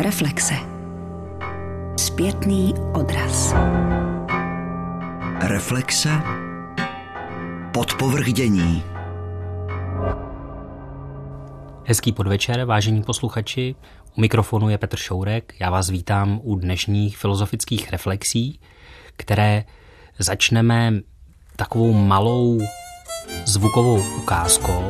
Reflexe. Zpětný odraz. Reflexe. Podpovrchdění. Hezký podvečer, vážení posluchači. U mikrofonu je Petr Šourek. Já vás vítám u dnešních filozofických reflexí, které začneme takovou malou zvukovou ukázkou.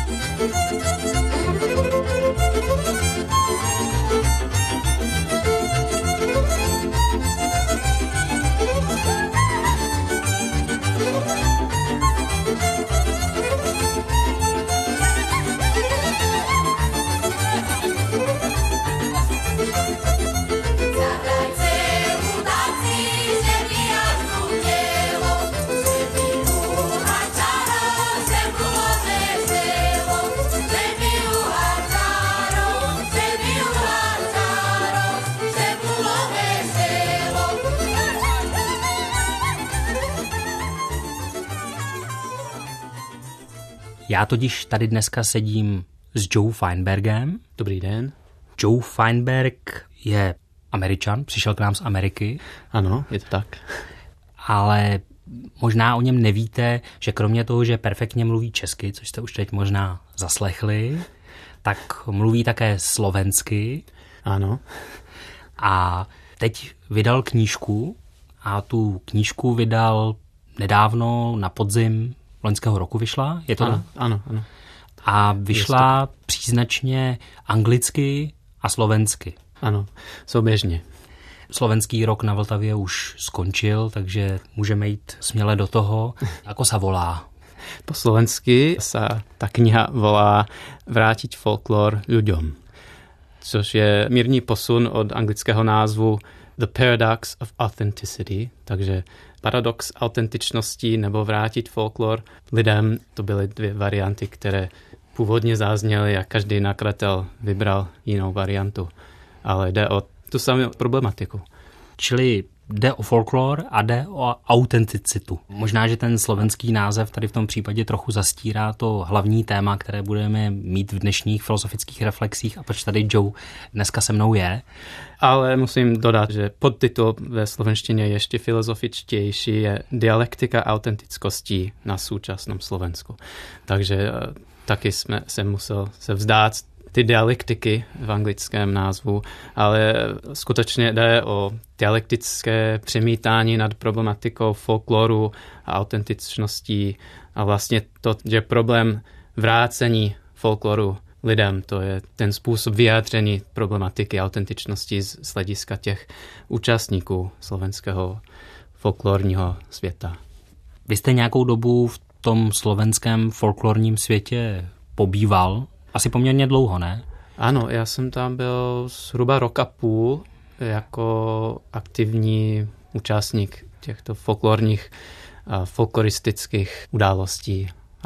Já totiž tady dneska sedím s Joe Feinbergem. Dobrý den. Joe Feinberg je Američan, přišel k nám z Ameriky. Ano, je to tak. Ale možná o něm nevíte, že kromě toho, že perfektně mluví česky, což jste už teď možná zaslechli, tak mluví také slovensky. Ano. A teď vydal knížku a tu knížku vydal nedávno na podzim loňského roku vyšla, je to tak? Ano. A vyšla příznačně anglicky a slovensky. Ano, souběžně. Slovenský rok na Vltavě už skončil, takže můžeme jít směle do toho. Ako sa volá? Po slovensky sa ta kniha volá Vrátiť folklor ľuďom, což je mírný posun od anglického názvu The Paradox of Authenticity, takže paradox autentičnosti nebo vrátit folklor lidem. To byly dvě varianty, které původně zazněly a každý nakladatel vybral jinou variantu. Ale jde o tu samou problematiku. Čili jde o folklor a jde o autenticitu. Možná, že ten slovenský název tady v tom případě trochu zastírá to hlavní téma, které budeme mít v dnešních filozofických reflexích a proč tady Joe dneska se mnou je. Ale musím dodat, že podtitul ve slovenštině ještě filozofičtější je Dialektika autentickosti na současném Slovensku. Takže taky jsem musel se vzdát ty dialektiky v anglickém názvu, ale skutečně jde o dialektické přemítání nad problematikou folkloru a autentičností a vlastně to, že problém vrácení folkloru lidem, to je ten způsob vyjádření problematiky autentičnosti z hlediska těch účastníků slovenského folklorního světa. Vy jste nějakou dobu v tom slovenském folklorním světě pobýval? Asi poměrně dlouho, ne? Ano, já jsem tam byl zhruba rok a půl jako aktivní účastník těchto folklorních a folkloristických událostí.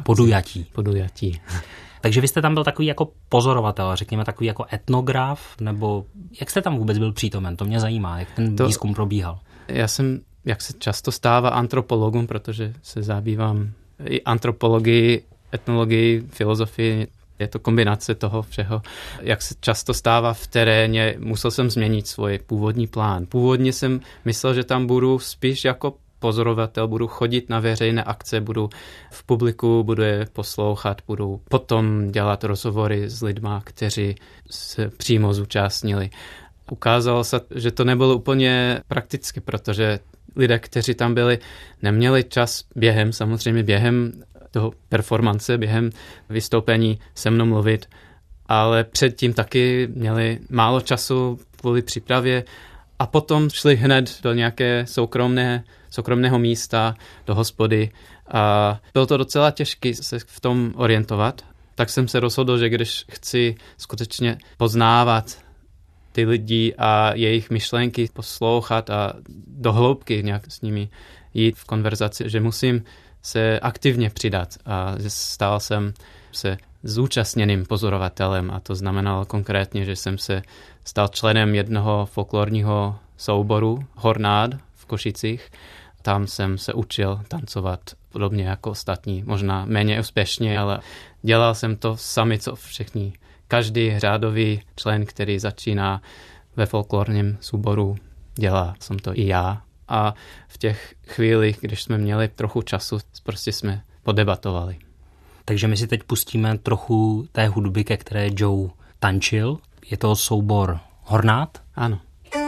Podujatí. Takže vy jste tam byl takový jako pozorovatel, řekněme takový jako etnograf, nebo jak jste tam vůbec byl přítomen? To mě zajímá, jak ten výzkum probíhal. Já jsem, jak se často stává, antropologem, protože se zabývám i antropologii, etnologii, filozofii. Je to kombinace toho všeho. Jak se často stává v teréně, musel jsem změnit svůj původní plán. Původně jsem myslel, že tam budu spíš jako pozorovatel, budu chodit na veřejné akce, budu v publiku, budu je poslouchat, budu potom dělat rozhovory s lidma, kteří se přímo zúčastnili. Ukázalo se, že to nebylo úplně prakticky, protože lidé, kteří tam byli, neměli čas během toho performance, během vystoupení se mnou mluvit, ale předtím taky měli málo času kvůli přípravě a potom šli hned do nějaké soukromného místa, do hospody a bylo to docela těžké se v tom orientovat. Tak jsem se rozhodl, že když chci skutečně poznávat ty lidi a jejich myšlenky poslouchat a do hloubky nějak s nimi jít v konverzaci, že musím se aktivně přidat a stal jsem se zúčastněným pozorovatelem a to znamenalo konkrétně, že jsem se stal členem jednoho folklorního souboru Hornád v Košicích. Tam jsem se učil tancovat podobně jako ostatní, možná méně úspěšně, ale dělal jsem to sami, co všichni. Každý řádový člen, který začíná ve folklorním súboru dělá. Jsem to i já. A v těch chvílích, když jsme měli trochu času, prostě jsme podebatovali. Takže my si teď pustíme trochu té hudby, ke které Joe tančil. Je to soubor Hornát? Ano.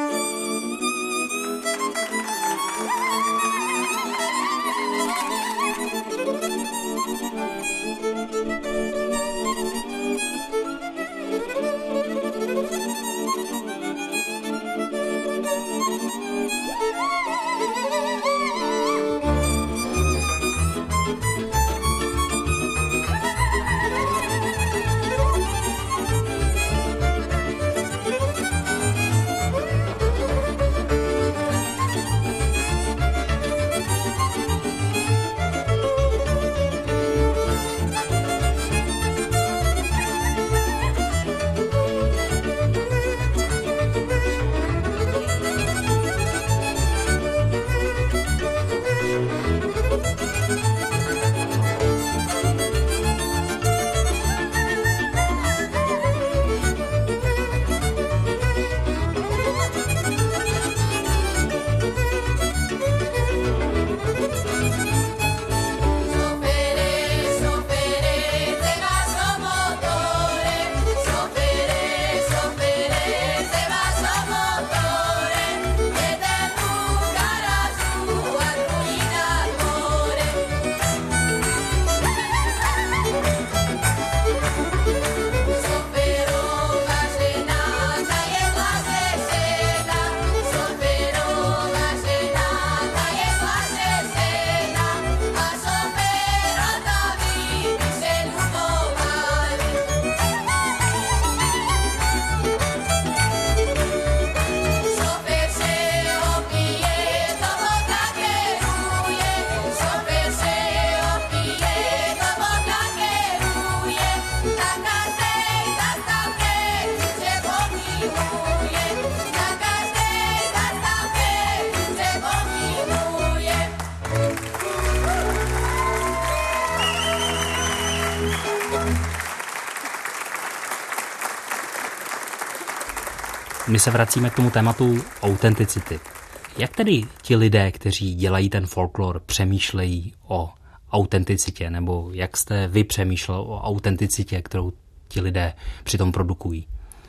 My se vracíme k tomu tématu autenticity. Jak tedy ti lidé, kteří dělají ten folklor, přemýšlejí o autenticitě, nebo jak jste vy přemýšlel o autenticitě, kterou ti lidé přitom produkují?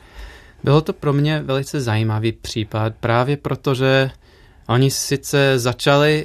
Bylo to pro mě velice zajímavý případ, právě protože oni sice začali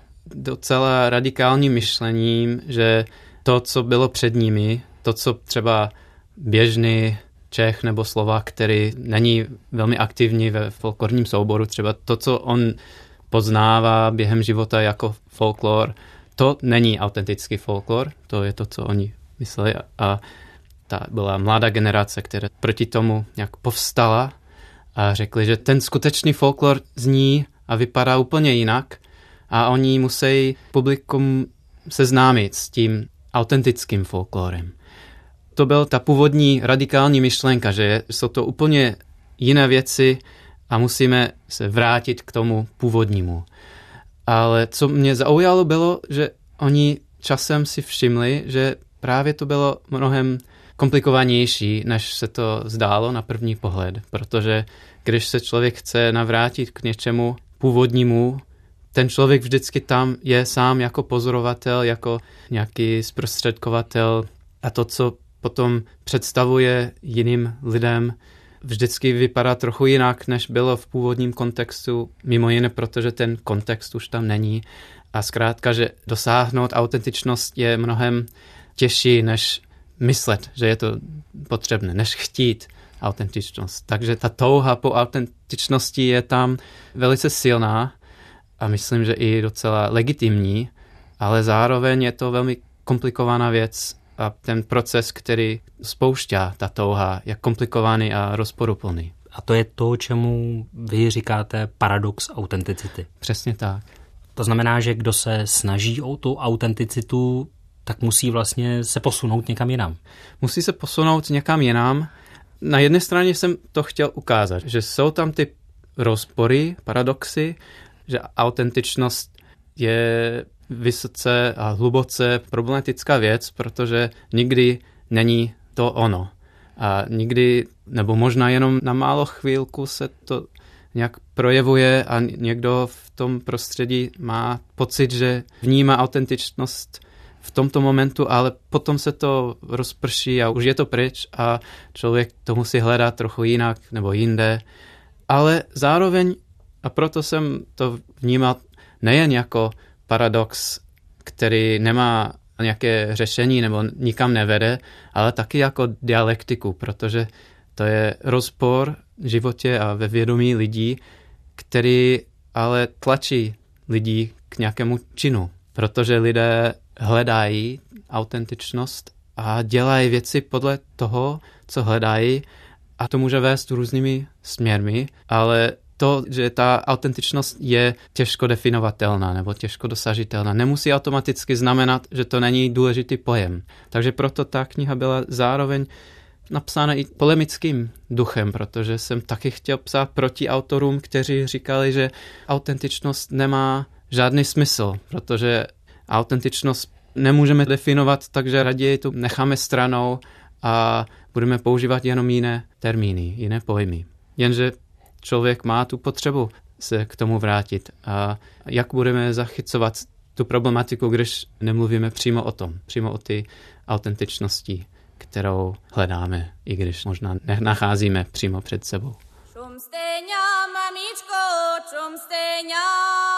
docela radikálním myšlením, že to, co bylo před nimi, to, co třeba běžný Čech nebo Slovák, který není velmi aktivní ve folklorním souboru, třeba to, co on poznává během života jako folklor, to není autentický folklor, to je to, co oni mysleli. A ta byla mladá generace, která proti tomu nějak povstala a řekli, že ten skutečný folklor zní a vypadá úplně jinak a oni musí publikum seznámit s tím autentickým folklorem. To byla ta původní radikální myšlenka, že jsou to úplně jiné věci a musíme se vrátit k tomu původnímu. Ale co mě zaujalo bylo, že oni časem si všimli, že právě to bylo mnohem komplikovanější, než se to zdálo na první pohled, protože když se člověk chce navrátit k něčemu původnímu, ten člověk vždycky tam je sám jako pozorovatel, jako nějaký zprostředkovatel a to, co potom představuje jiným lidem, vždycky vypadá trochu jinak, než bylo v původním kontextu, mimo jiné, protože ten kontext už tam není. A zkrátka, že dosáhnout autentičnost je mnohem těžší, než myslet, že je to potřebné, než chtít autentičnost. Takže ta touha po autentičnosti je tam velice silná a myslím, že i docela legitimní, ale zároveň je to velmi komplikovaná věc a ten proces, který spoušťá ta touha, je komplikovaný a rozporuplný. A to je to, čemu vy říkáte paradox autenticity. Přesně tak. To znamená, že kdo se snaží o tu autenticitu, tak musí vlastně se posunout někam jinam. Musí se posunout někam jinam. Na jedné straně jsem to chtěl ukázat, že jsou tam ty rozpory, paradoxy, že autentičnost je vysoce a hluboce problematická věc, protože nikdy není to ono. A nikdy nebo možná jenom na málo chvílku se to nějak projevuje a někdo v tom prostředí má pocit, že vnímá autentičnost v tomto momentu, ale potom se to rozprší a už je to pryč a člověk to musí hledat trochu jinak nebo jinde. Ale zároveň, a proto jsem to vnímal nejen jako paradox, který nemá nějaké řešení nebo nikam nevede, ale taky jako dialektiku, protože to je rozpor v životě a ve vědomí lidí, který ale tlačí lidi k nějakému činu, protože lidé hledají autentičnost a dělají věci podle toho, co hledají, a to může vést různými směrmi, ale to, že ta autentičnost je těžko definovatelná nebo těžko dosažitelná, nemusí automaticky znamenat, že to není důležitý pojem. Takže proto ta kniha byla zároveň napsána i polemickým duchem, protože jsem taky chtěl psát proti autorům, kteří říkali, že autentičnost nemá žádný smysl, protože autentičnost nemůžeme definovat, takže raději tu necháme stranou a budeme používat jenom jiné termíny, jiné pojmy. Jenže člověk má tu potřebu se k tomu vrátit. A jak budeme zachycovat tu problematiku, když nemluvíme přímo o tom, přímo o té autentičnosti, kterou hledáme, i když možná nenacházíme přímo před sebou. Čum steňa, mamičko, čum steňa,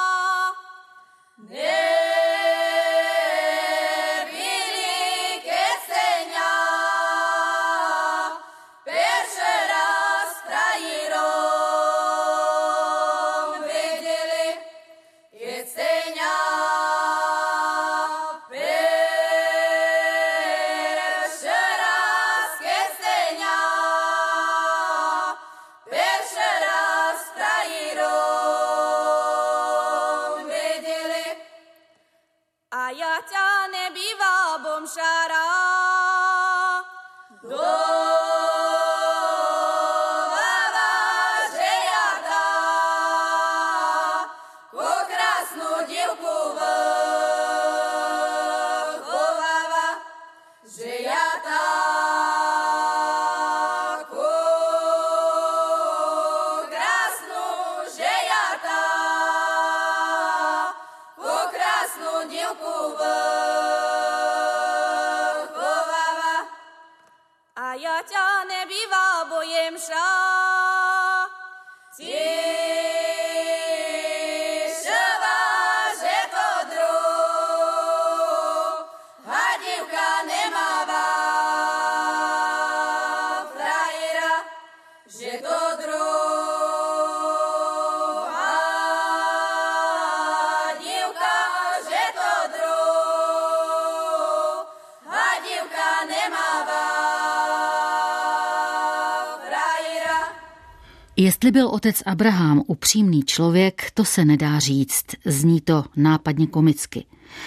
Jestli byl otec Abraham upřímný člověk, to se nedá říct, zní to nápadně komicky.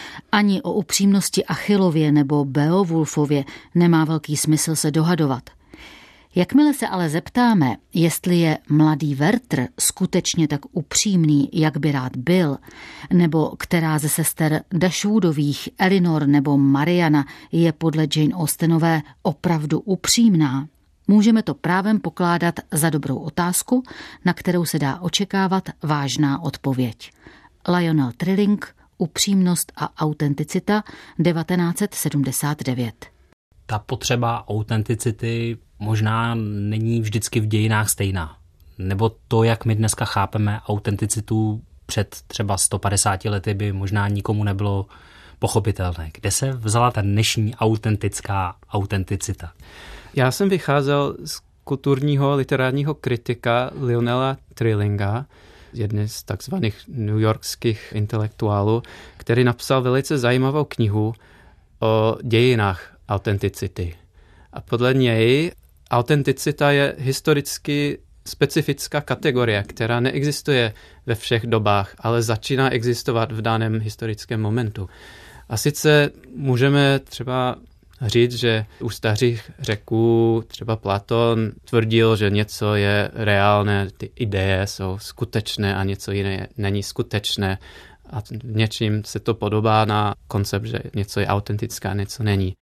Ani o upřímnosti Achillově nebo Beowulfově nemá velký smysl se dohadovat. Jakmile se ale zeptáme, jestli je mladý Werther skutečně tak upřímný, jak by rád byl, nebo která ze sester Dashwoodových, Elinor nebo Mariana je podle Jane Austenové opravdu upřímná, můžeme to právem pokládat za dobrou otázku, na kterou se dá očekávat vážná odpověď. Lionel Trilling, Upřímnost a autenticita, 1979. Ta potřeba autenticity možná není vždycky v dějinách stejná. Nebo to, jak my dneska chápeme autenticitu před třeba 150 lety, by možná nikomu nebylo pochopitelné. Kde se vzala ta dnešní autentická autenticita? Já jsem vycházel z kulturního literárního kritika Lionela Trillinga, jedné z takzvaných newyorských intelektuálů, který napsal velice zajímavou knihu o dějinách autenticity. A podle něj autenticita je historicky specifická kategorie, která neexistuje ve všech dobách, ale začíná existovat v daném historickém momentu. A sice můžeme třeba říct, že u starých Řeků třeba Platon tvrdil, že něco je reálné, ty ideje jsou skutečné a něco jiné není skutečné. A v něčím se to podobá na koncept, že něco je autentické a něco není.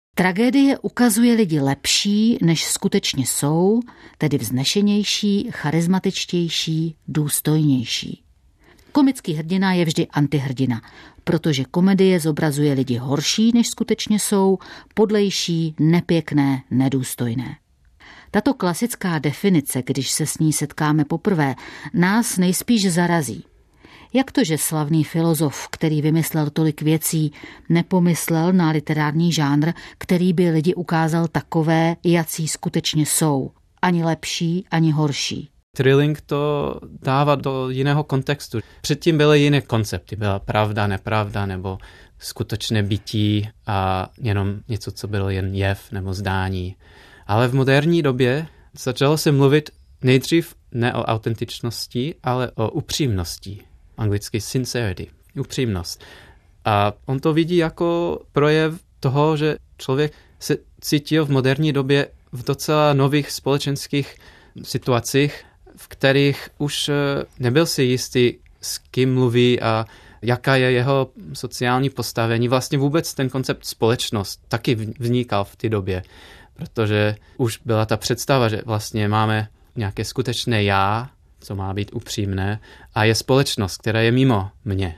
Tragédie ukazuje lidi lepší, než skutečně jsou, tedy vznešenější, charismatičtější, důstojnější. Komický hrdina je vždy antihrdina, protože komedie zobrazuje lidi horší, než skutečně jsou, podlejší, nepěkné, nedůstojné. Tato klasická definice, když se s ní setkáme poprvé, nás nejspíš zarazí. Jak to, že slavný filozof, který vymyslel tolik věcí, nepomyslel na literární žánr, který by lidi ukázal takové, jací skutečně jsou, ani lepší, ani horší? Trilling to dává do jiného kontextu. Předtím byly jiné koncepty. Byla pravda, nepravda, nebo skutečné bytí a jenom něco, co bylo jen jev nebo zdání. Ale v moderní době začalo se mluvit nejdřív ne o autentičnosti, ale o upřímnosti. Anglicky sincerity, upřímnost. A on to vidí jako projev toho, že člověk se cítil v moderní době v docela nových společenských situacích, v kterých už nebyl si jistý, s kým mluví a jaká je jeho sociální postavení. Vlastně vůbec ten koncept společnost taky vznikal v té době, protože už byla ta představa, že vlastně máme nějaké skutečné já, co má být upřímné, a je společnost, která je mimo mě.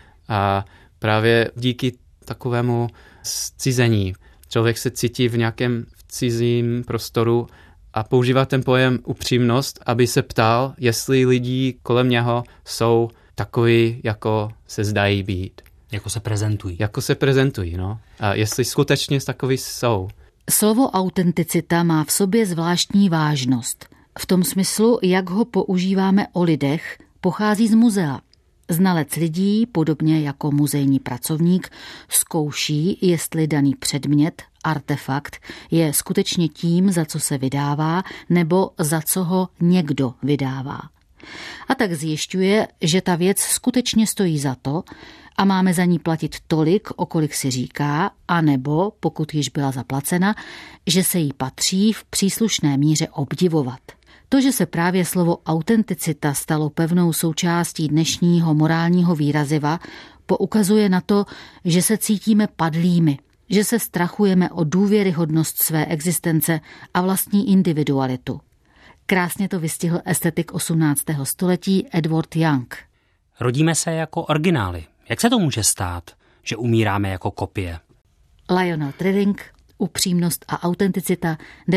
A právě díky takovému zcizení člověk se cítí v nějakém cizím prostoru a používá ten pojem upřímnost, aby se ptal, jestli lidi kolem něho jsou takový, jako se zdají být. Jako se prezentují. Jako se prezentují, no. A jestli skutečně takový jsou. Slovo autenticita má v sobě zvláštní vážnost. V tom smyslu, jak ho používáme o lidech, pochází z muzea. Znalec lidí, podobně jako muzejní pracovník, zkouší, jestli daný předmět, artefakt, je skutečně tím, za co se vydává, nebo za co ho někdo vydává. A tak zjišťuje, že ta věc skutečně stojí za to a máme za ní platit tolik, o kolik si říká, anebo, pokud již byla zaplacena, že se jí patří v příslušné míře obdivovat. To, že se právě slovo autenticita stalo pevnou součástí dnešního morálního výraziva, poukazuje na to, že se cítíme padlými, že se strachujeme o důvěryhodnost své existence a vlastní individualitu. Krásně to vystihl estetik 18. století Edward Young. Rodíme se jako originály. Jak se to může stát, že umíráme jako kopie? Lionel Trilling, Upřímnost a autenticita,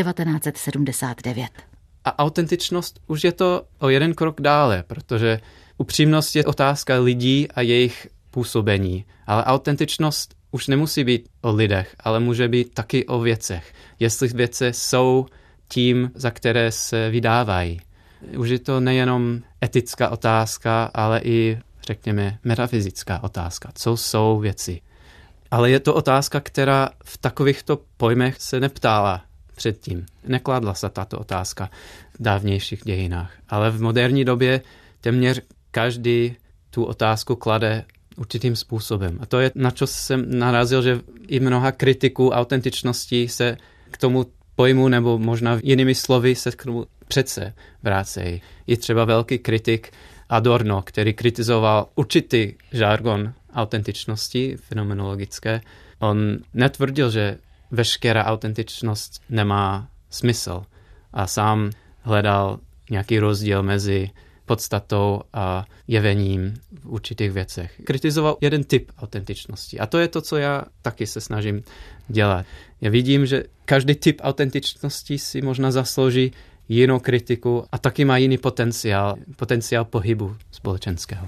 1979. A autentičnost už je to o jeden krok dále, protože upřímnost je otázka lidí a jejich působení, ale autentičnost už nemusí být o lidech, ale může být taky o věcech. Jestli věci jsou tím, za které se vydávají. Už je to nejenom etická otázka, ale i, řekněme, metafyzická otázka. Co jsou věci? Ale je to otázka, která v takovýchto pojmech se neptala předtím. Nekladla se tato otázka v dávnějších dějinách. Ale v moderní době téměř každý tu otázku klade určitým způsobem. A to je, na co jsem narazil, že i mnoha kritiků autentičnosti se k tomu pojmu nebo možná jinými slovy se k tomu přece vrácejí. Je třeba velký kritik Adorno, který kritizoval určitý žargon autentičnosti fenomenologické. On netvrdil, že veškerá autentičnost nemá smysl a sám hledal nějaký rozdíl mezi podstatou a jevením v určitých věcech. Kritizoval jeden typ autentičnosti a to je to, co já taky se snažím dělat. Já vidím, že každý typ autentičnosti si možná zaslouží jinou kritiku a taky má jiný potenciál pohybu společenského.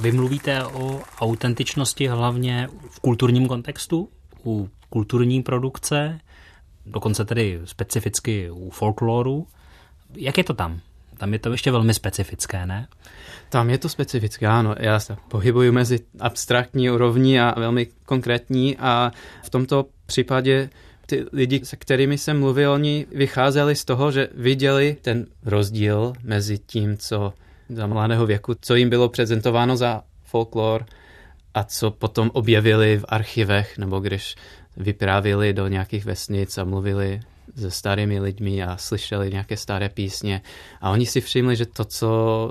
Vy mluvíte o autentičnosti hlavně v kulturním kontextu, u kulturní produkce, dokonce tedy specificky u folkloru. Jak je to tam? Tam je to ještě velmi specifické, ne? Tam je to specifické, ano. Já se pohybuju mezi abstraktní úrovní a velmi konkrétní a v tomto případě ty lidi, se kterými jsem mluvil, oni vycházeli z toho, že viděli ten rozdíl mezi tím, co za mladého věku, co jim bylo prezentováno za folklor a co potom objevili v archivech, nebo když vyprávěli do nějakých vesnic a mluvili se starými lidmi a slyšeli nějaké staré písně. A oni si všimli, že to, co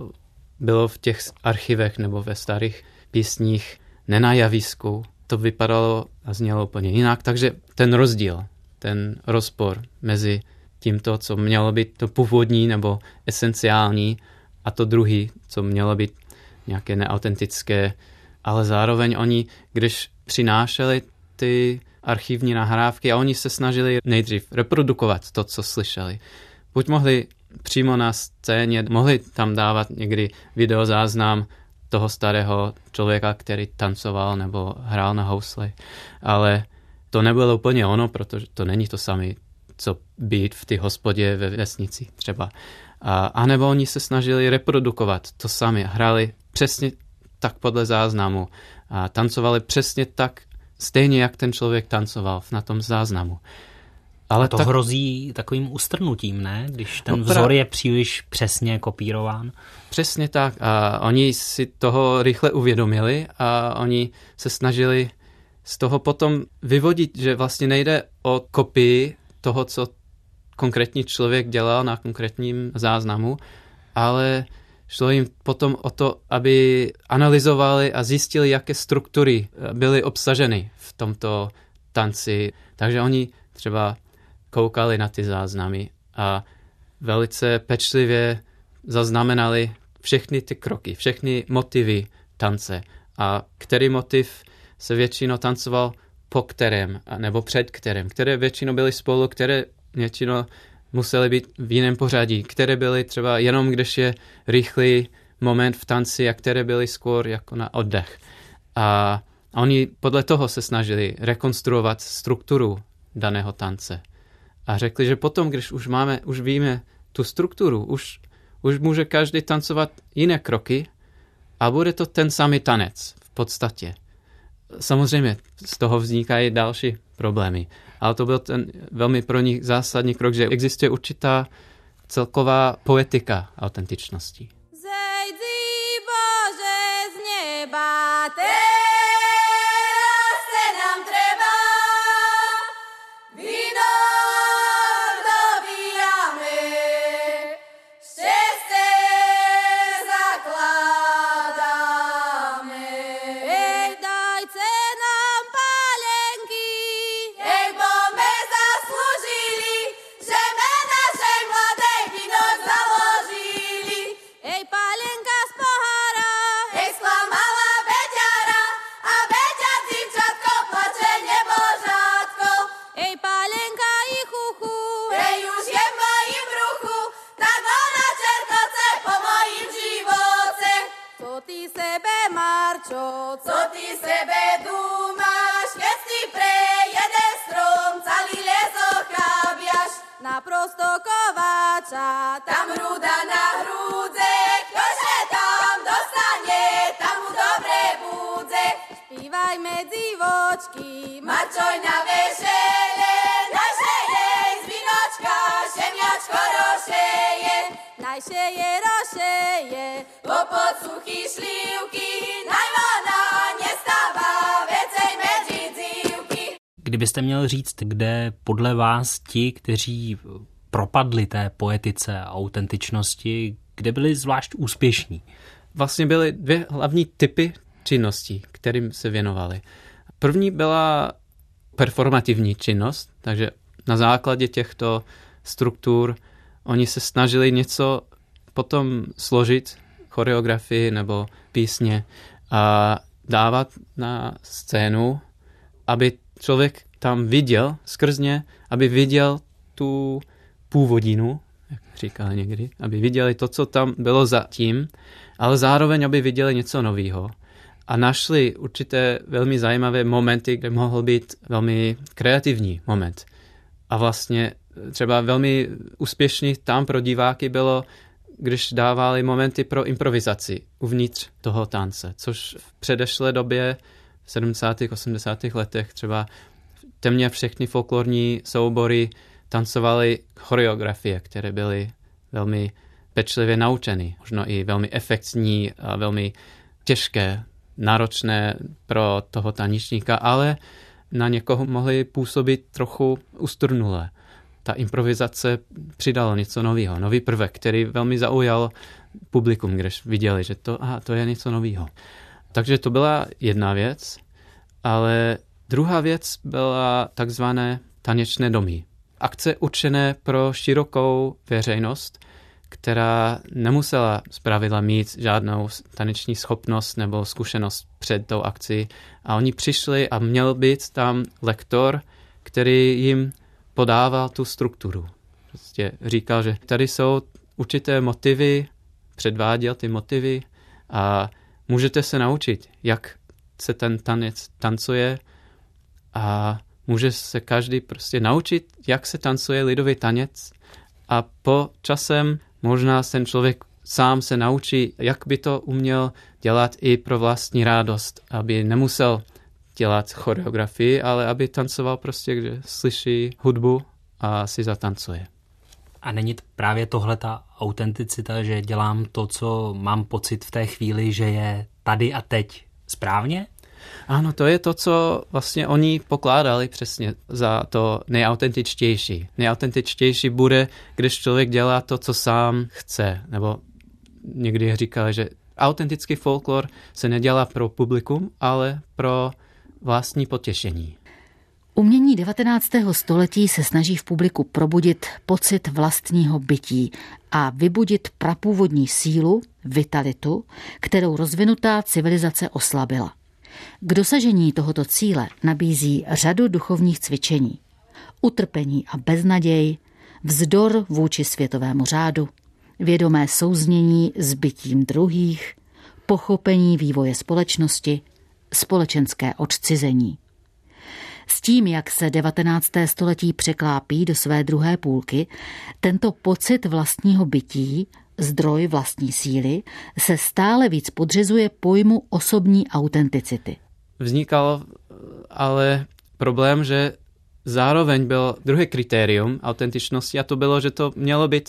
bylo v těch archivech nebo ve starých písních ne na javisku, to vypadalo a znělo úplně jinak. Takže ten rozdíl, ten rozpor mezi tímto, co mělo být to původní nebo esenciální, a to druhý, co mělo být nějaké neautentické, ale zároveň oni, když přinášeli ty archivní nahrávky a oni se snažili nejdřív reprodukovat to, co slyšeli. Buď mohli přímo na scéně, mohli tam dávat někdy videozáznam toho starého člověka, který tancoval nebo hrál na housli, ale to nebylo úplně ono, protože to není to samé, co být v té hospodě ve vesnici třeba. A nebo oni se snažili reprodukovat to sami, hráli přesně tak podle záznamu a tancovali přesně tak, stejně jak ten člověk tancoval na tom záznamu. Ale to hrozí takovým ustrnutím, ne? Když ten vzor je příliš přesně kopírován. Přesně tak. A oni si toho rychle uvědomili a oni se snažili z toho potom vyvodit, že vlastně nejde o kopii toho, co konkrétní člověk dělal na konkrétním záznamu, ale šlo jim potom o to, aby analyzovali a zjistili, jaké struktury byly obsaženy v tomto tanci. Takže oni třeba koukali na ty záznamy a velice pečlivě zaznamenali všechny ty kroky, všechny motivy tance a který motiv se většinou tancoval po kterém nebo před kterém, které většinou byly spolu, které většinou musely být v jiném pořadí, které byly třeba jenom, když je rychlý moment v tanci a které byly skôr jako na oddech. A oni podle toho se snažili rekonstruovat strukturu daného tance. A řekli, že potom, když už víme tu strukturu, už může každý tancovat jiné kroky a bude to ten samý tanec v podstatě. Samozřejmě z toho vznikají další problémy, ale to byl ten velmi pro nich zásadní krok, že existuje určitá celková poetika autentičnosti. Zejdzi Bože z neba, teraz se nám treba, víno dobíjame, štěstí zakládáme. Ej, dajte nám palenky, ej, bo my zaslužili, že my našej mladej víno založili. Ej, palenka z pohára, ej, sklamala Beťara, a Beťa dzivčatko plače nebožátko. Ej, palenka i chuchu, ej, už je v mojím bruchu, tak ona čerkoce po mojím živoce. Co ty sebe, Marčo, co ty sebe dumáš, keď si prejede strom, celý les ochábiaš. Naprosto kováča, tam hruda na hrúdze, ktože tam dostane, tam mu dobre budze. Špívaj medzi vočky, Marčoj na vešele, najšejej z vinočka, šemiačko rošeje. Najšeje rošeje, po podsuchy šlívky, najvona nestáva vecej medzi dzívky. Kdybyste měl říct, kde podle vás ti, kteří propadli té poetice a autentičnosti, kde byli zvlášť úspěšní? Vlastně byly dvě hlavní typy činností, kterým se věnovali. První byla performativní činnost, takže na základě těchto struktur oni se snažili něco potom složit, choreografii nebo písně a dávat na scénu, aby člověk tam viděl skrz ně, aby viděl tu původinu, jak říkali někdy, aby viděli to, co tam bylo zatím, ale zároveň, aby viděli něco nového. a našli určité velmi zajímavé momenty, kde mohl být velmi kreativní moment. A vlastně třeba velmi úspěšný tam pro diváky bylo, když dávali momenty pro improvizaci uvnitř toho tance, což v předešlé době, v 70. 80. letech třeba téměř všechny folklorní soubory tancovaly choreografie, které byly velmi pečlivě naučeny, možno i velmi efektní a velmi těžké, náročné pro toho tanečníka, ale na někoho mohly působit trochu ustrnulé. Ta improvizace přidala něco nového, nový prvek, který velmi zaujal publikum, když viděli, že to je něco nového. Takže to byla jedna věc, ale druhá věc byla takzvané tanečné domy. Akce určené pro širokou veřejnost, která nemusela zpravidla mít žádnou taneční schopnost nebo zkušenost před tou akcí. A oni přišli a měl být tam lektor, který jim podával tu strukturu. Prostě říkal, že tady jsou určité motivy, předváděl ty motivy a můžete se naučit, jak se ten tanec tancuje a může se každý prostě naučit, jak se tancuje lidový tanec a po časem možná ten člověk sám se naučí, jak by to uměl dělat i pro vlastní radost, aby nemusel dělat choreografii, ale aby tancoval prostě, kde slyší hudbu a si zatancuje. A není to právě tohle ta autenticita, že dělám to, co mám pocit v té chvíli, že je tady a teď správně? Ano, to je to, co vlastně oni pokládali přesně za to nejautentičtější. Nejautentičtější bude, když člověk dělá to, co sám chce. Nebo někdy říkali, že autentický folklor se nedělá pro publikum, ale pro vlastní potěšení. Umění 19. století se snaží v publiku probudit pocit vlastního bytí a vybudit prapůvodní sílu, vitalitu, kterou rozvinutá civilizace oslabila. K dosažení tohoto cíle nabízí řadu duchovních cvičení. Utrpení a beznaděj, vzdor vůči světovému řádu, vědomé souznění s bytím druhých, pochopení vývoje společnosti, společenské odcizení. S tím, jak se 19. století překlápí do své druhé půlky, tento pocit vlastního bytí, zdroj vlastní síly, se stále víc podřizuje pojmu osobní autenticity. Vznikal ale problém, že zároveň byl druhé kritérium autentičnosti a to bylo, že to mělo být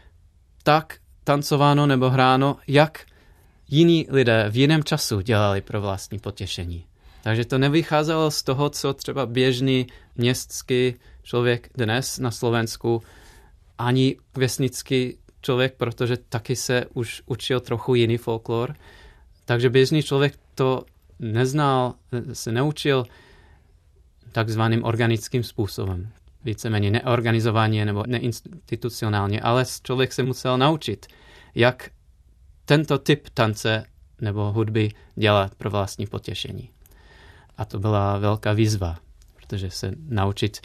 tak tancováno nebo hráno, jak jiní lidé v jiném času dělali pro vlastní potěšení. Takže to nevycházelo z toho, co třeba běžný městský člověk dnes na Slovensku, ani vesnický člověk, protože taky se už učil trochu jiný folklor. Takže běžný člověk to neznal, se neučil takzvaným organickým způsobem. Víceméně neorganizovaně nebo neinstitucionálně, ale člověk se musel naučit, jak tento typ tance nebo hudby dělat pro vlastní potěšení. A to byla velká výzva, protože se naučit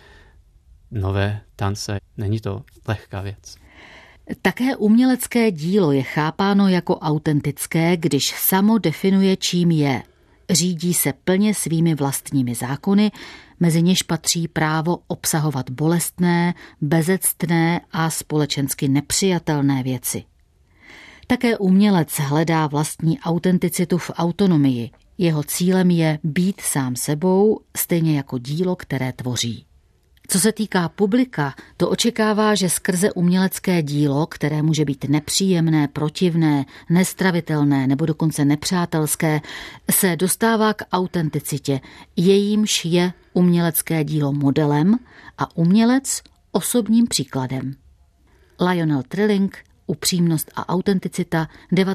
nové tance není to lehká věc. Také umělecké dílo je chápáno jako autentické, když samo definuje, čím je. Řídí se plně svými vlastními zákony, mezi něž patří právo obsahovat bolestné, bezectné a společensky nepřijatelné věci. Také umělec hledá vlastní autenticitu v autonomii. Jeho cílem je být sám sebou, stejně jako dílo, které tvoří. Co se týká publika, to očekává, že skrze umělecké dílo, které může být nepříjemné, protivné, nestravitelné nebo dokonce nepřátelské, se dostává k autenticitě, jejímž je umělecké dílo modelem a umělec osobním příkladem. Lionel Trilling, Upřímnost a autenticita,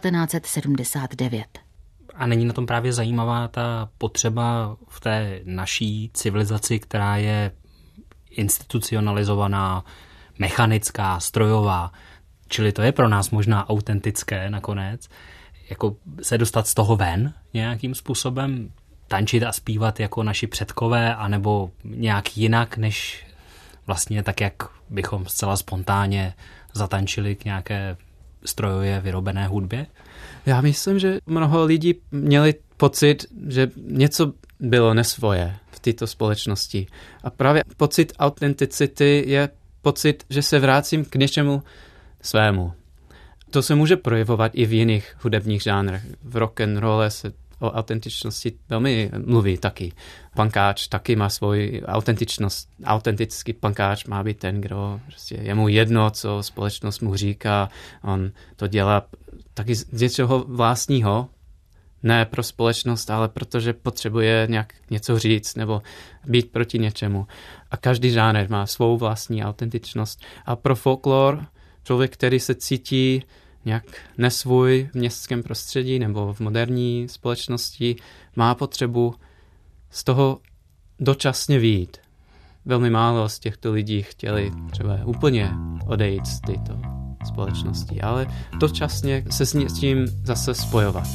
1979. A není na tom právě zajímavá ta potřeba v té naší civilizaci, která je institucionalizovaná, mechanická, strojová, čili to je pro nás možná autentické nakonec, jako se dostat z toho ven nějakým způsobem, tančit a zpívat jako naši předkové, anebo nějak jinak, než vlastně tak, jak bychom zcela spontánně zatančili k nějaké strojově vyrobené hudbě? Já myslím, že mnoho lidí měli pocit, že něco bylo nesvoje v této společnosti. A právě pocit autenticity je pocit, že se vracím k něčemu svému. To se může projevovat i v jiných hudebních žánrech. V rock and rolle se o autentičnosti velmi mluví taky. Punkáč taky má svoji autentičnost. Autentický punkáč má být ten, kdo prostě je mu jedno, co společnost mu říká. On to dělá taky z něčeho vlastního, ne pro společnost, ale protože potřebuje nějak něco říct nebo být proti něčemu. A každý žánr má svou vlastní autentičnost. A pro folklor člověk, který se cítí nějak nesvůj v městském prostředí nebo v moderní společnosti, má potřebu z toho dočasně vyjít. Velmi málo z těchto lidí chtěli třeba úplně odejít z této společnosti, ale dočasně se s tím zase spojovat.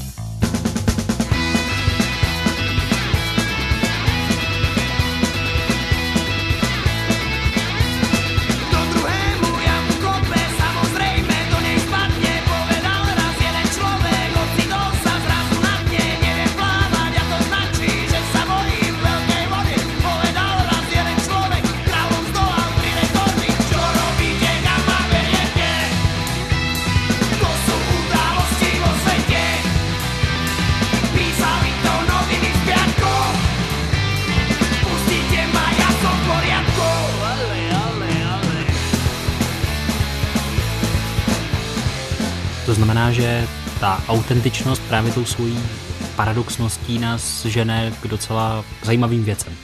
To znamená, že ta autentičnost právě tou svojí paradoxností nás žene k docela zajímavým věcem.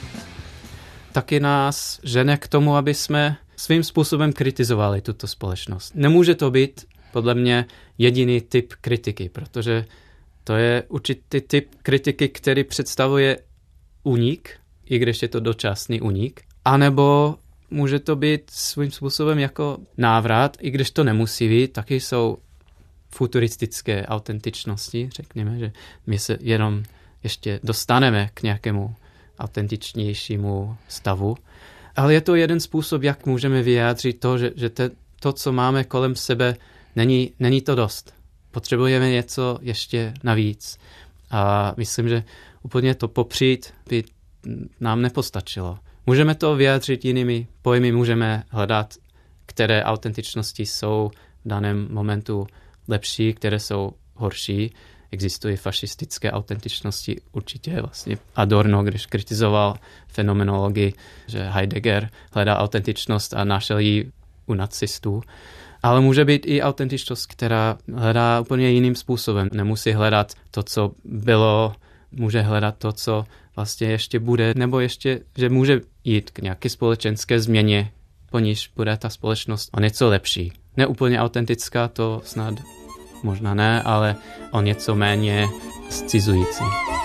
Taky nás žene k tomu, aby jsme svým způsobem kritizovali tuto společnost. Nemůže to být, podle mě, jediný typ kritiky, protože to je určitý typ kritiky, který představuje únik, i když je to dočasný únik, anebo může to být svým způsobem jako návrat, i když to nemusí být, taky jsou futuristické autentičnosti, řekněme, že my se jenom ještě dostaneme k nějakému autentičnějšímu stavu. Ale je to jeden způsob, jak můžeme vyjádřit to, že to, co máme kolem sebe, není to dost. Potřebujeme něco ještě navíc. A myslím, že úplně to popřít by nám nepostačilo. Můžeme to vyjádřit jinými pojmy, můžeme hledat, které autentičnosti jsou v daném momentu lepší, které jsou horší. Existují fašistické autentičnosti, určitě vlastně Adorno, když kritizoval fenomenologii, že Heidegger hledá autentičnost a našel ji u nacistů. Ale může být i autentičnost, která hledá úplně jiným způsobem. Nemusí hledat to, co bylo, může hledat to, co vlastně ještě bude, nebo ještě, že může jít k nějaké společenské změně, po níž bude ta společnost o něco lepší. Ne úplně autentická, to snad možná ne, ale o něco méně zcizující.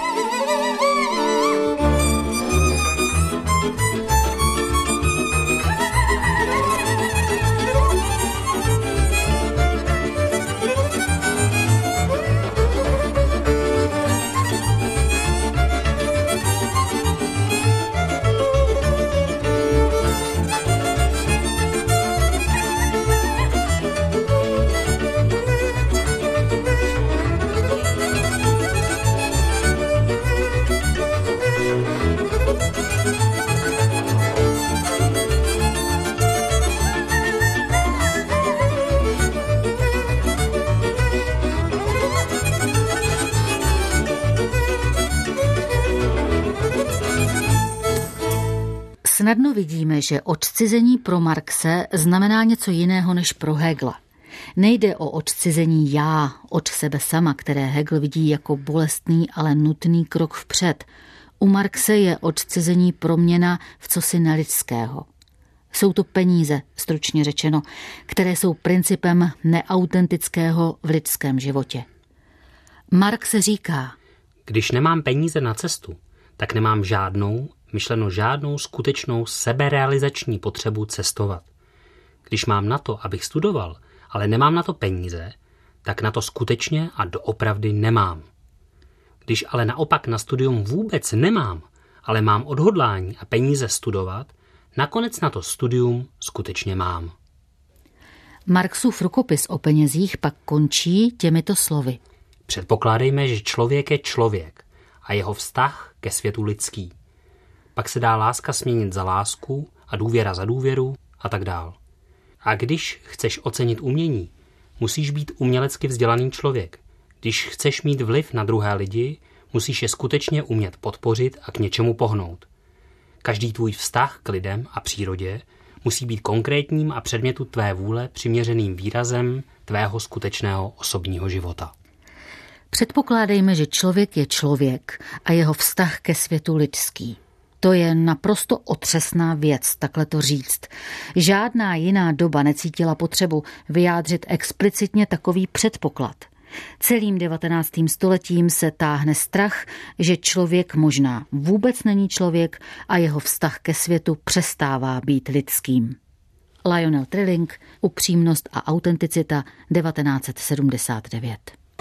Snadno vidíme, že odcizení pro Marxe znamená něco jiného než pro Hegela. Nejde o odcizení já od sebe sama, které Hegel vidí jako bolestný, ale nutný krok vpřed. U Marxe je odcizení proměna v cosi nelidského. Jsou to peníze, stručně řečeno, které jsou principem neautentického v lidském životě. Marx říká: když nemám peníze na cestu, tak nemám žádnou skutečnou seberealizační potřebu cestovat. Když mám na to, abych studoval, ale nemám na to peníze, tak na to skutečně a doopravdy nemám. Když ale naopak na studium vůbec nemám, ale mám odhodlání a peníze studovat, nakonec na to studium skutečně mám. Marxův rukopis o penězích pak končí těmito slovy. Předpokládejme, že člověk je člověk a jeho vztah ke světu lidský. Pak se dá láska směnit za lásku a důvěra za důvěru a tak dál. A když chceš ocenit umění, musíš být umělecky vzdělaný člověk. Když chceš mít vliv na druhé lidi, musíš je skutečně umět podpořit a k něčemu pohnout. Každý tvůj vztah k lidem a přírodě musí být konkrétním a předmětu tvé vůle přiměřeným výrazem tvého skutečného osobního života. Předpokládejme, že člověk je člověk a jeho vztah ke světu lidský. To je naprosto otřesná věc, takhle to říct. Žádná jiná doba necítila potřebu vyjádřit explicitně takový předpoklad. Celým 19. stoletím se táhne strach, že člověk možná vůbec není člověk a jeho vztah ke světu přestává být lidským. Lionel Trilling, Upřímnost a autenticita, 1979.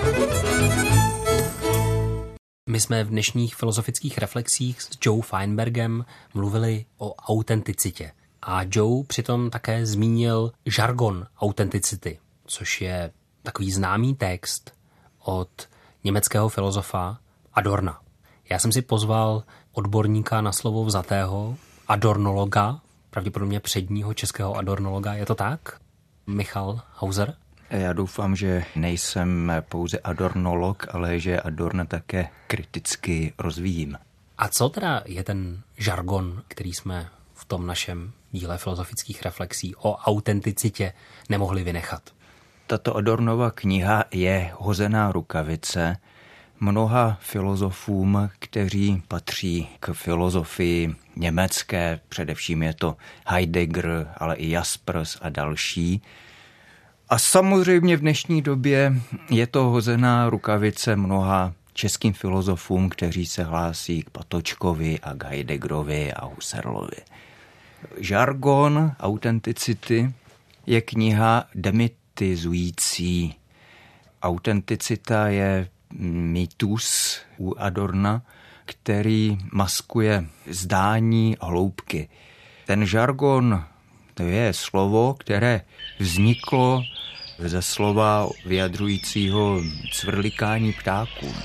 My jsme v dnešních filozofických reflexích s Joe Feinbergem mluvili o autenticitě. A Joe přitom také zmínil žargon autenticity, což je takový známý text od německého filozofa Adorna. Já jsem si pozval odborníka na slovo vzatého, adornologa, pravděpodobně předního českého adornologa. Je to tak? Michal Hauser? Já doufám, že nejsem pouze adornolog, ale že Adorna také kriticky rozvíjím. A co teda je ten žargon, který jsme v tom našem díle filozofických reflexí o autenticitě nemohli vynechat? Tato Adornova kniha je hozená rukavice mnoha filozofům, kteří patří k filozofii německé, především je to Heidegger, ale i Jaspers a další. A samozřejmě v dnešní době je to hozená rukavice mnoha českým filozofům, kteří se hlásí k Patočkovi a k Heideggerovi a Husserlovi. Žargon autenticity je kniha demitizující. Autenticita je mýtus u Adorna, který maskuje zdání hloubky. Ten žargon, to je slovo, které vzniklo ze slova vyjadřujícího cvrlikání ptáků.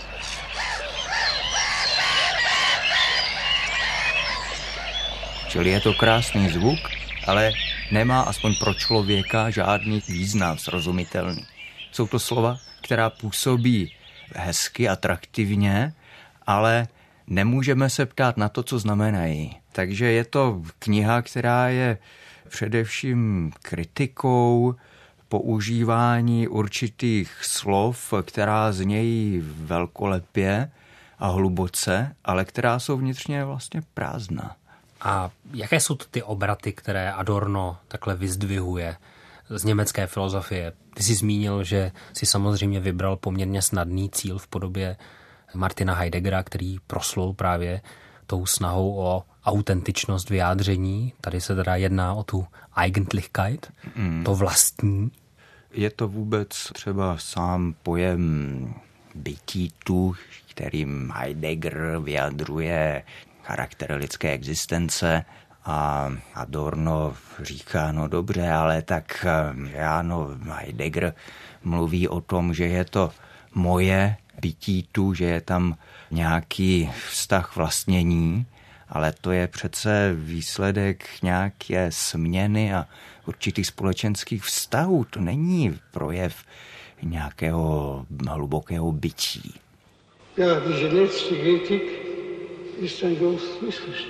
Čili je to krásný zvuk, ale nemá aspoň pro člověka žádný význam srozumitelný. Jsou to slova, která působí hezky, atraktivně, ale nemůžeme se ptát na to, co znamenají. Takže je to kniha, která je především kritikou používání určitých slov, která znějí velkolepě a hluboce, ale která jsou vnitřně vlastně prázdná. A jaké jsou to ty obraty, které Adorno takhle vyzdvihuje z německé filozofie? Ty jsi zmínil, že si samozřejmě vybral poměrně snadný cíl v podobě Martina Heideggera, který proslul právě tou snahou o autentičnost vyjádření. Tady se teda jedná o tu Eigentlichkeit, to vlastní. Je to vůbec třeba sám pojem bytítu, kterým Heidegger vyjadřuje charakter lidské existence, a Adorno říká, no dobře, ale tak Heidegger mluví o tom, že je to moje bytítu, že je tam nějaký vztah vlastnění, ale to je přece výsledek nějaké směny a určitých společenských vztahů. To není projev nějakého hlubokého bytí. Ja, diese letzte Ethik ist ein großes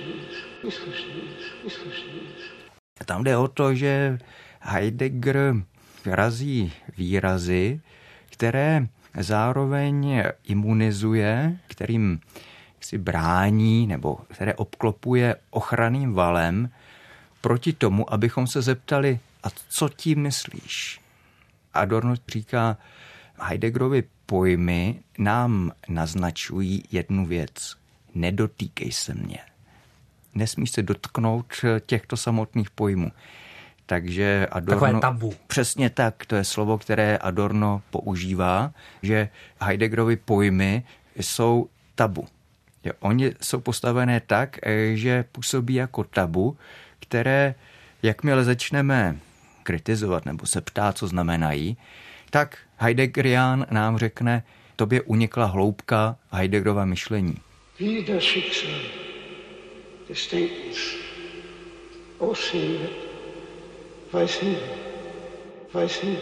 Missverständnis. Tam jde o to, že Heidegger razí výrazy, které zároveň imunizuje, kterým si brání nebo které obklopuje ochranným valem proti tomu, abychom se zeptali, a co tím myslíš? Adorno říká, Heideggerovy pojmy nám naznačují jednu věc. Nedotýkej se mě. Nesmíš se dotknout těchto samotných pojmů. Takže Adorno... Takové tabu. Přesně tak, to je slovo, které Adorno používá, že Heideggerovy pojmy jsou tabu. Oni jsou postavené tak, že působí jako tabu, které, jakmile začneme kritizovat nebo se ptát, co znamenají, tak Heideggerián nám řekne, tobě unikla hloubka Heideggerova myšlení. Wie das Schicksal des Denkens aussehen wird, weiß niemand, weiß niemand,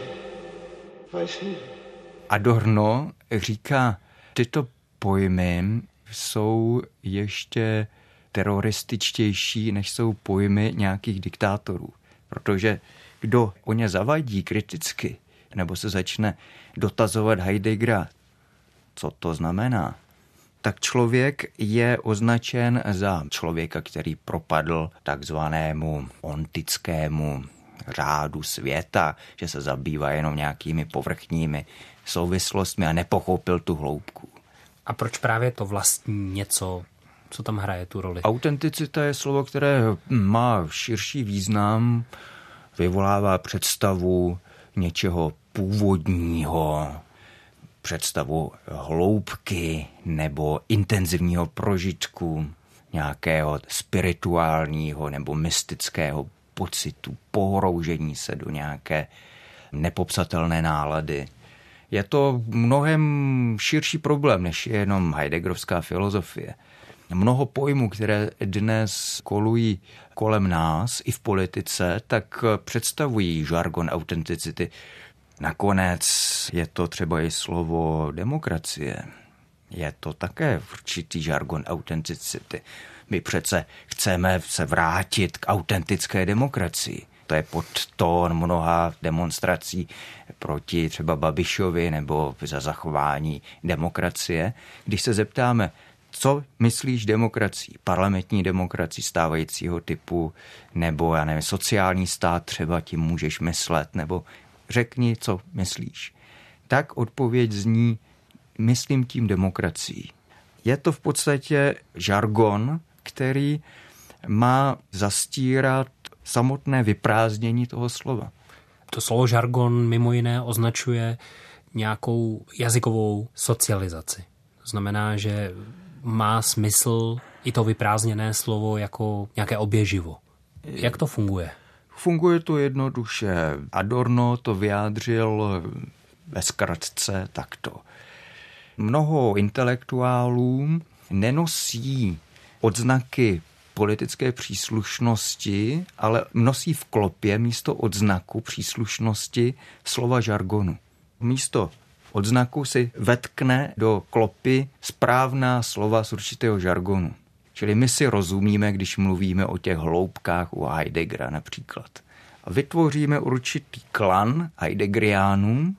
weiß niemand. Adorno říká, tyto pojmy jsou ještě terorističtější, než jsou pojmy nějakých diktátorů. Protože kdo o ně zavadí kriticky, nebo se začne dotazovat Heideggera, co to znamená, tak člověk je označen za člověka, který propadl takzvanému ontickému řádu světa, že se zabývá jenom nějakými povrchními souvislostmi a nepochopil tu hloubku. A proč právě to vlastní něco, co tam hraje tu roli? Autenticita je slovo, které má širší význam, vyvolává představu něčeho původního, představu hloubky nebo intenzivního prožitku, nějakého spirituálního nebo mystického pocitu, pohroužení se do nějaké nepopsatelné nálady. Je to mnohem širší problém, než je jenom heideggerovská filozofie. Mnoho pojmů, které dnes kolují kolem nás i v politice, tak představují žargon autenticity. Nakonec je to třeba i slovo demokracie. Je to také určitý žargon autenticity. My přece chceme se vrátit k autentické demokracii. To je podtón mnoha demonstrací proti třeba Babišovi nebo za zachování demokracie. Když se zeptáme, co myslíš demokracií, parlamentní demokracii stávajícího typu, nebo já nevím, sociální stát třeba tím můžeš myslet, nebo řekni, co myslíš. Tak odpověď zní, myslím tím demokracii. Je to v podstatě žargon, který má zastírat samotné vyprázdnění toho slova. To slovo žargon mimo jiné označuje nějakou jazykovou socializaci. To znamená, že má smysl i to vyprázdněné slovo jako nějaké oběživo. Jak to funguje? Funguje to jednoduše. Adorno to vyjádřil ve zkratce takto. Mnoho intelektuálů nenosí odznaky politické příslušnosti, ale nosí v klopě místo odznaku příslušnosti slova žargonu. Místo odznaku si vetkne do klopy správná slova z určitého žargonu. Čili my si rozumíme, když mluvíme o těch hloubkách u Heideggera například. A vytvoříme určitý klan Heideggeriánů,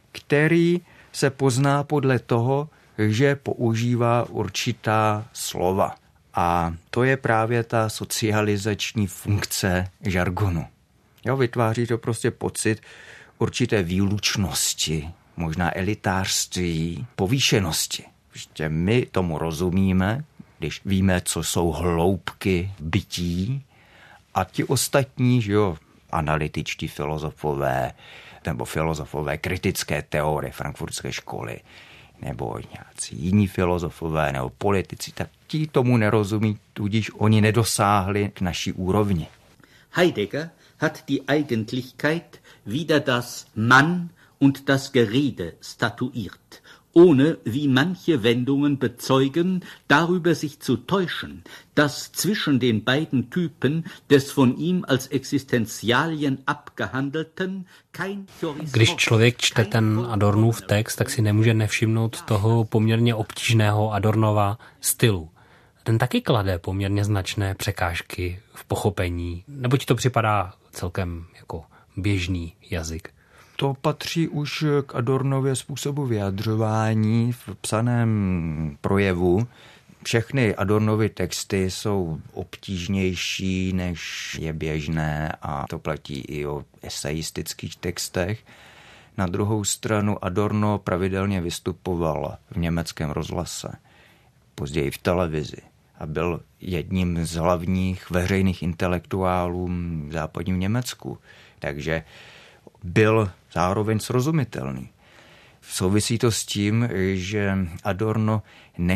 který se pozná podle toho, že používá určitá slova. A to je právě ta socializační funkce žargonu. Jo, vytváří to prostě pocit určité výlučnosti, možná elitářství, povýšenosti. Prostě my tomu rozumíme, když víme, co jsou hloubky bytí, a ti ostatní, že jo, analytičtí filozofové nebo filozofové kritické teorie frankfurtské školy, nebo nějací jiní filozofové nebo politici, tak ti tomu nerozumí, tudíž oni nedosáhli k naší úrovni. Heidegger hat die Eigentlichkeit wider das Mann und das Gerede statuiert, ohne, wie manche Wendungen bezeugen, darüber sich zu täuschen, dass zwischen den beiden Typen des von ihm als Existenzialien abgehandelten kein Chorismus. Když člověk čte ten Adornův text, tak si nemůže nevšimnout toho poměrně obtížného Adornova stylu. Ten taky klade poměrně značné překážky v pochopení, nebo ti to připadá celkem jako běžný jazyk? To patří už k Adornově způsobu vyjadřování v psaném projevu. Všechny Adornovy texty jsou obtížnější, než je běžné, a to platí i o esejistických textech. Na druhou stranu Adorno pravidelně vystupoval v německém rozhlase, později v televizi, a byl jedním z hlavních veřejných intelektuálů v západním Německu. Takže byl zároveň srozumitelný. Souvisí to s tím, že Adorno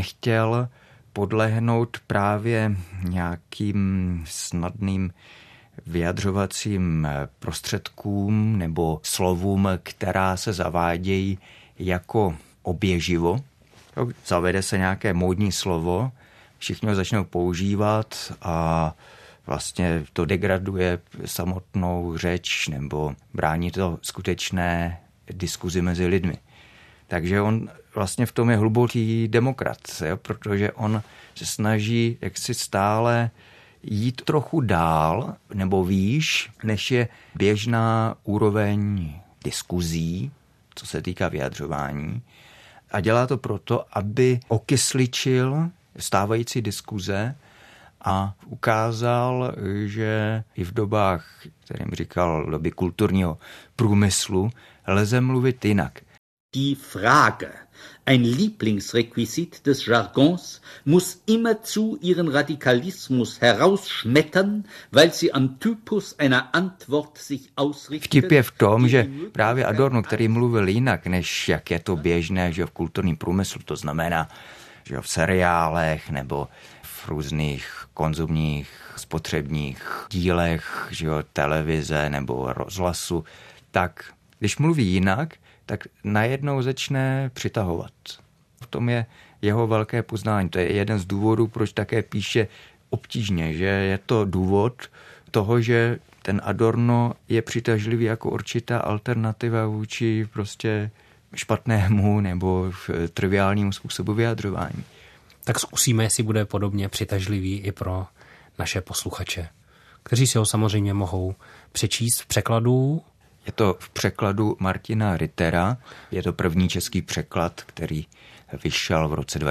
nechtěl podlehnout právě nějakým snadným vyjadřovacím prostředkům nebo slovům, která se zavádějí jako oběživo. Zavede se nějaké módní slovo, všichni ho začnou používat a vlastně to degraduje samotnou řeč nebo brání to skutečné diskuzi mezi lidmi. Takže on vlastně v tom je hluboký demokrat, jo? Protože on se snaží jaksi stále jít trochu dál nebo výš, než je běžná úroveň diskuzí, co se týká vyjadřování. A dělá to proto, aby okysličil stávající diskuze a ukázal, že i v dobách, kterým říkal doby kulturního průmyslu, lze mluvit jinak. Die Frage, ein Lieblingsrequisit des Jargons, muss immerzu ihren Radikalismus herausschmettern, weil sie am Typus einer Antwort sich ausrichtet. Vtip je v tom, že právě Adorno, který mluvil jinak, než jak je to běžné, že v kulturním průmyslu, to znamená, že v seriálech nebo v různých konzumních spotřebních dílech, že televize nebo rozhlasu, tak když mluví jinak, tak najednou začne přitahovat. V tom je jeho velké poznání. To je jeden z důvodů, proč také píše obtížně, že je to důvod toho, že ten Adorno je přitažlivý jako určitá alternativa vůči prostě špatnému nebo triviálnímu způsobu vyjadřování. Tak zkusíme, jestli bude podobně přitažlivý i pro naše posluchače, kteří si ho samozřejmě mohou přečíst v překladu. Je to v překladu Martina Rittera, je to první český překlad, který vyšel v roce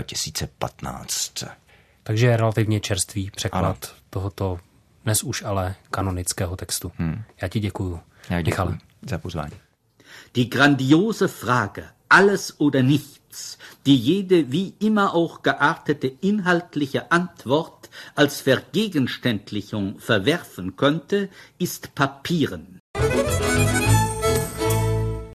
2015. Takže je relativně čerstvý překlad tohoto dnes už ale kanonického textu. Já ti děkuju. Já děkuji za pozvání. Die grandiose Frage, alles oder nichts, die jede wie immer auch geartete inhaltliche Antwort als Vergegenständlichung verwerfen könnte, ist Papieren.